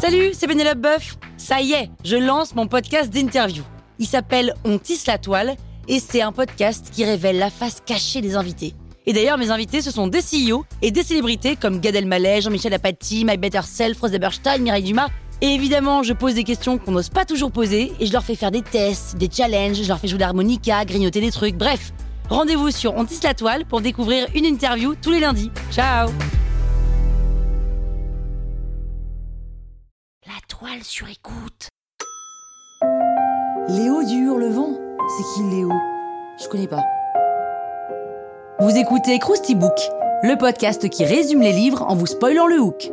Salut, c'est Pénélope Boeuf. Ça y est, je lance mon podcast d'interview. Il s'appelle On tisse la toile et c'est un podcast qui révèle la face cachée des invités. Et d'ailleurs, mes invités, ce sont des CEO et des célébrités comme Gad Elmaleh, Jean-Michel Apathy, My Better Self, Rose Eberstein, Mireille Dumas. Et évidemment, je pose des questions qu'on n'ose pas toujours poser et je leur fais faire des tests, des challenges, je leur fais jouer de l'harmonica, grignoter des trucs, bref. Rendez-vous sur On tisse la toile pour découvrir une interview tous les lundis. Ciao! La toile sur écoute. Léo du Hurlevent? C'est qui Léo? Je connais pas. Vous écoutez Krusty Book, le podcast qui résume les livres en vous spoilant le hook.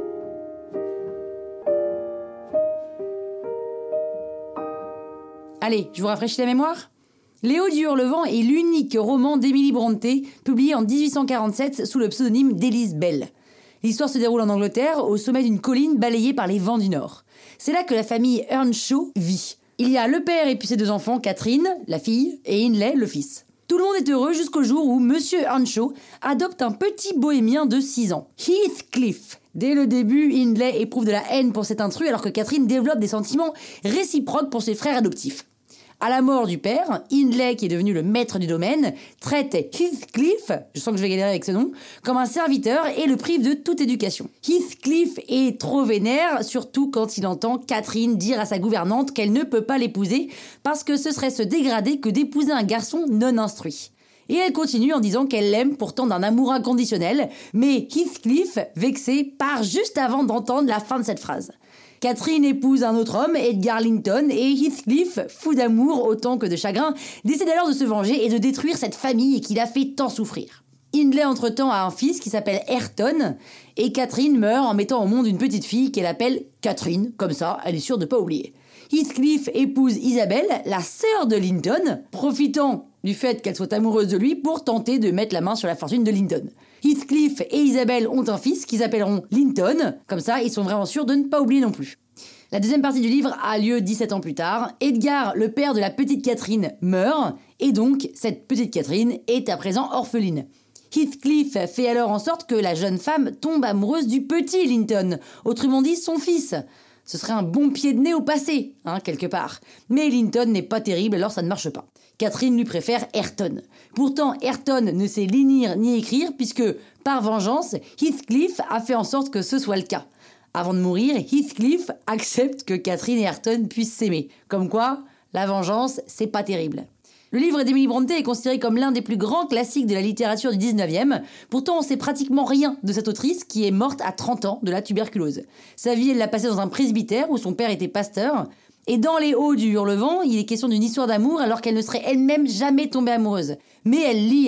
Allez, je vous rafraîchis la mémoire? Léo du Hurlevent est l'unique roman d'Emily Brontë, publié en 1847 sous le pseudonyme d'Élise Bell. L'histoire se déroule en Angleterre, au sommet d'une colline balayée par les vents du Nord. C'est là que la famille Earnshaw vit. Il y a le père et puis ses deux enfants, Catherine, la fille, et Hindley, le fils. Tout le monde est heureux jusqu'au jour où Monsieur Earnshaw adopte un petit bohémien de 6 ans, Heathcliff. Dès le début, Hindley éprouve de la haine pour cet intrus alors que Catherine développe des sentiments réciproques pour ses frères adoptifs. À la mort du père, Hindley, qui est devenu le maître du domaine, traite Heathcliff, je sens que je vais galérer avec ce nom, comme un serviteur et le prive de toute éducation. Heathcliff est trop vénère, surtout quand il entend Catherine dire à sa gouvernante qu'elle ne peut pas l'épouser parce que ce serait se dégrader que d'épouser un garçon non instruit. Et elle continue en disant qu'elle l'aime pourtant d'un amour inconditionnel, mais Heathcliff, vexé, part juste avant d'entendre la fin de cette phrase. Catherine épouse un autre homme, Edgar Linton, et Heathcliff, fou d'amour autant que de chagrin, décide alors de se venger et de détruire cette famille qui l'a fait tant souffrir. Hindley, entre-temps, a un fils qui s'appelle Ayrton, et Catherine meurt en mettant au monde une petite fille qu'elle appelle Catherine, comme ça, elle est sûre de pas oublier. Heathcliff épouse Isabelle, la sœur de Linton, profitant du fait qu'elle soit amoureuse de lui pour tenter de mettre la main sur la fortune de Linton. Heathcliff et Isabelle ont un fils qu'ils appelleront Linton, comme ça ils sont vraiment sûrs de ne pas oublier non plus. La deuxième partie du livre a lieu 17 ans plus tard. Edgar, le père de la petite Catherine, meurt, et donc cette petite Catherine est à présent orpheline. Heathcliff fait alors en sorte que la jeune femme tombe amoureuse du petit Linton, autrement dit son fils. Ce serait un bon pied de nez au passé, quelque part. Mais Linton n'est pas terrible, alors ça ne marche pas. Catherine lui préfère Ayrton. Pourtant, Ayrton ne sait ni lire ni écrire puisque, par vengeance, Heathcliff a fait en sorte que ce soit le cas. Avant de mourir, Heathcliff accepte que Catherine et Ayrton puissent s'aimer. Comme quoi, la vengeance, c'est pas terrible. Le livre d'Emily Brontë est considéré comme l'un des plus grands classiques de la littérature du 19e. Pourtant, on sait pratiquement rien de cette autrice qui est morte à 30 ans de la tuberculose. Sa vie, elle l'a passée dans un presbytère où son père était pasteur. Et dans Les Hauts du Hurlevent, il est question d'une histoire d'amour alors qu'elle ne serait elle-même jamais tombée amoureuse. Mais elle lit,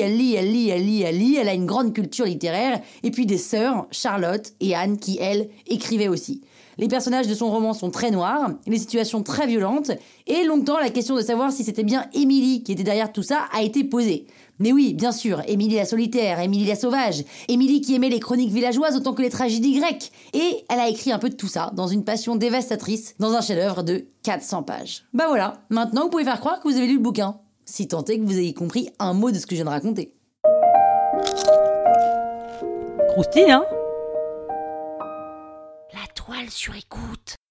elle a une grande culture littéraire, et puis des sœurs, Charlotte et Anne, qui, elles, écrivaient aussi. Les personnages de son roman sont très noirs, les situations très violentes, et longtemps la question de savoir si c'était bien Émilie qui était derrière tout ça a été posée. Mais oui, bien sûr, Émilie la solitaire, Émilie la sauvage, Émilie qui aimait les chroniques villageoises autant que les tragédies grecques. Et elle a écrit un peu de tout ça dans une passion dévastatrice, dans un chef-d'œuvre de 400 pages. Bah voilà, maintenant vous pouvez faire croire que vous avez lu le bouquin, si tant est que vous ayez compris un mot de ce que je viens de raconter. Croustille, hein? La toile sur écoute.